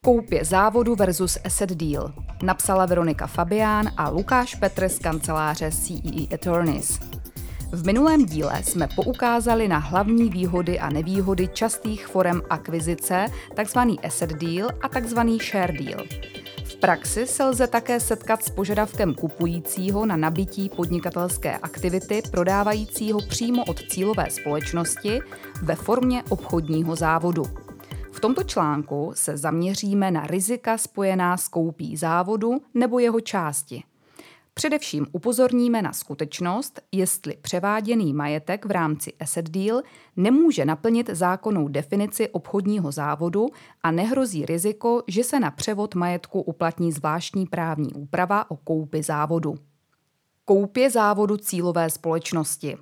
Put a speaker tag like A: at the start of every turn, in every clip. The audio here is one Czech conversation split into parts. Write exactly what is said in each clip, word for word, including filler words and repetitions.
A: Koupě závodu versus asset deal. Napsala Veronika Fabián a Lukáš Petr z kanceláře C E E Attorneys. V minulém díle jsme poukázali na hlavní výhody a nevýhody častých forem akvizice, takzvaný asset deal a takzvaný share deal. V praxi se lze také setkat s požadavkem kupujícího na nabytí podnikatelské aktivity prodávajícího přímo od cílové společnosti ve formě obchodního závodu. V tomto článku se zaměříme na rizika spojená s koupí závodu nebo jeho části. Především upozorníme na skutečnost, jestli převáděný majetek v rámci asset deal nemůže naplnit zákonnou definici obchodního závodu a nehrozí riziko, že se na převod majetku uplatní zvláštní právní úprava o koupi závodu. Koupě závodu cílové společnosti.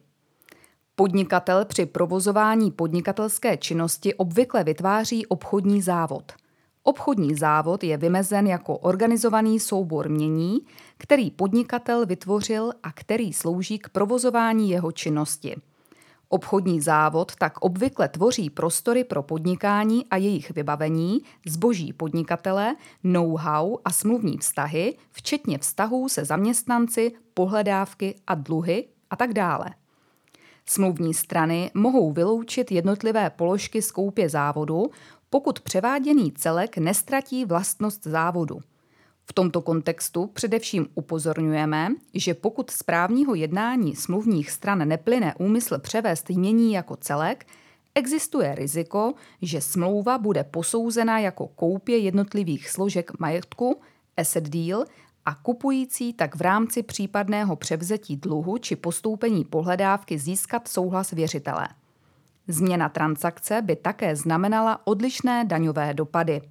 A: Podnikatel při provozování podnikatelské činnosti obvykle vytváří obchodní závod. Obchodní závod je vymezen jako organizovaný soubor jmění, který podnikatel vytvořil a který slouží k provozování jeho činnosti. Obchodní závod tak obvykle tvoří prostory pro podnikání a jejich vybavení, zboží podnikatele, know-how a smluvní vztahy, včetně vztahů se zaměstnanci, pohledávky a dluhy a tak dále. Smluvní strany mohou vyloučit jednotlivé položky z koupě závodu, pokud převáděný celek nestratí vlastnost závodu. V tomto kontextu především upozorňujeme, že pokud z právního jednání smluvních stran neplyne úmysl převést jmění jako celek, existuje riziko, že smlouva bude posouzena jako koupě jednotlivých složek majetku, asset deal, a kupující tak v rámci případného převzetí dluhu či postoupení pohledávky získat souhlas věřitele. Změna transakce by také znamenala odlišné daňové dopady.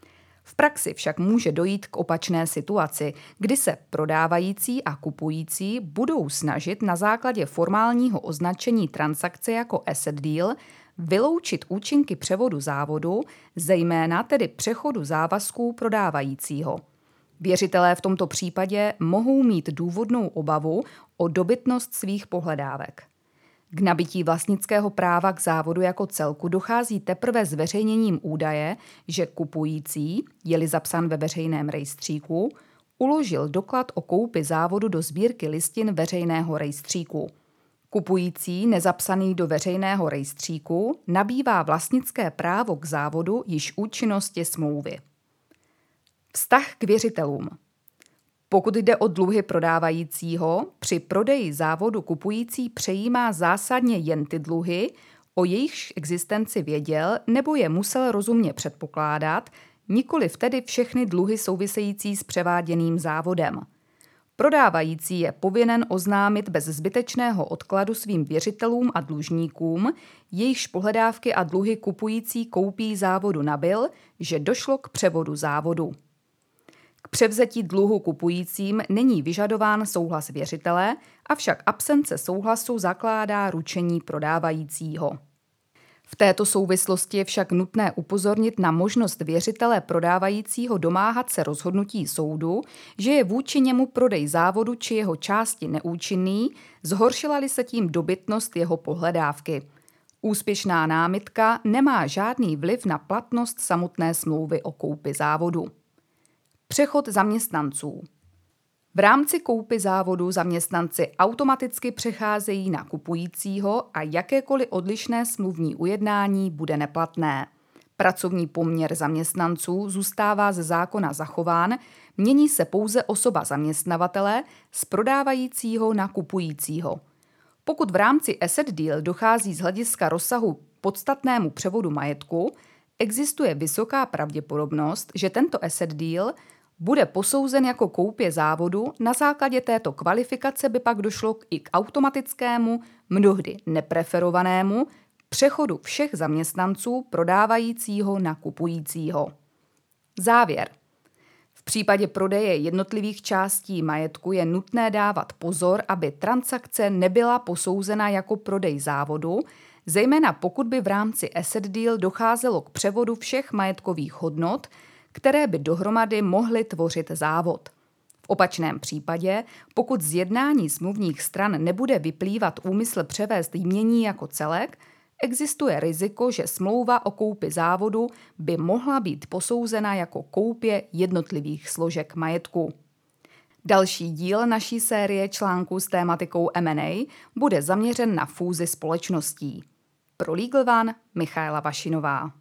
A: V praxi však může dojít k opačné situaci, kdy se prodávající a kupující budou snažit na základě formálního označení transakce jako asset deal vyloučit účinky převodu závodu, zejména tedy přechodu závazků prodávajícího. Věřitelé v tomto případě mohou mít důvodnou obavu o dobytnost svých pohledávek. K nabytí vlastnického práva k závodu jako celku dochází teprve zveřejněním údaje, že kupující, je-li zapsán ve veřejném rejstříku, uložil doklad o koupi závodu do sbírky listin veřejného rejstříku. Kupující, nezapsaný do veřejného rejstříku, nabývá vlastnické právo k závodu již účinnosti smlouvy. Vztah k věřitelům. Pokud jde o dluhy prodávajícího, při prodeji závodu kupující přejímá zásadně jen ty dluhy, o jejichž existenci věděl nebo je musel rozumně předpokládat, nikoliv tedy všechny dluhy související s převáděným závodem. Prodávající je povinen oznámit bez zbytečného odkladu svým věřitelům a dlužníkům, jejichž pohledávky a dluhy kupující koupí závodu nabyl, že došlo k převodu závodu. K převzetí dluhu kupujícím není vyžadován souhlas věřitele, avšak absence souhlasu zakládá ručení prodávajícího. V této souvislosti je však nutné upozornit na možnost věřitele prodávajícího domáhat se rozhodnutí soudu, že je vůči němu prodej závodu či jeho části neúčinný, zhoršila-li se tím dobytnost jeho pohledávky. Úspěšná námitka nemá žádný vliv na platnost samotné smlouvy o koupi závodu. Přechod zaměstnanců. V rámci koupy závodu zaměstnanci automaticky přecházejí na kupujícího a jakékoliv odlišné smluvní ujednání bude neplatné. Pracovní poměr zaměstnanců zůstává ze zákona zachován, mění se pouze osoba zaměstnavatele z prodávajícího na kupujícího. Pokud v rámci asset deal dochází z hlediska rozsahu podstatnému převodu majetku, existuje vysoká pravděpodobnost, že tento asset deal bude posouzen jako koupě závodu, na základě této kvalifikace by pak došlo i k automatickému, mnohdy nepreferovanému, přechodu všech zaměstnanců prodávajícího na kupujícího. Závěr. V případě prodeje jednotlivých částí majetku je nutné dávat pozor, aby transakce nebyla posouzena jako prodej závodu, zejména pokud by v rámci asset deal docházelo k převodu všech majetkových hodnot, které by dohromady mohly tvořit závod. V opačném případě, pokud z jednání smluvních stran nebude vyplývat úmysl převést jmění jako celek, existuje riziko, že smlouva o koupi závodu by mohla být posouzena jako koupě jednotlivých složek majetku. Další díl naší série článků s tématikou M and A bude zaměřen na fúzi společností. Pro Legal One Michaela Vašinová.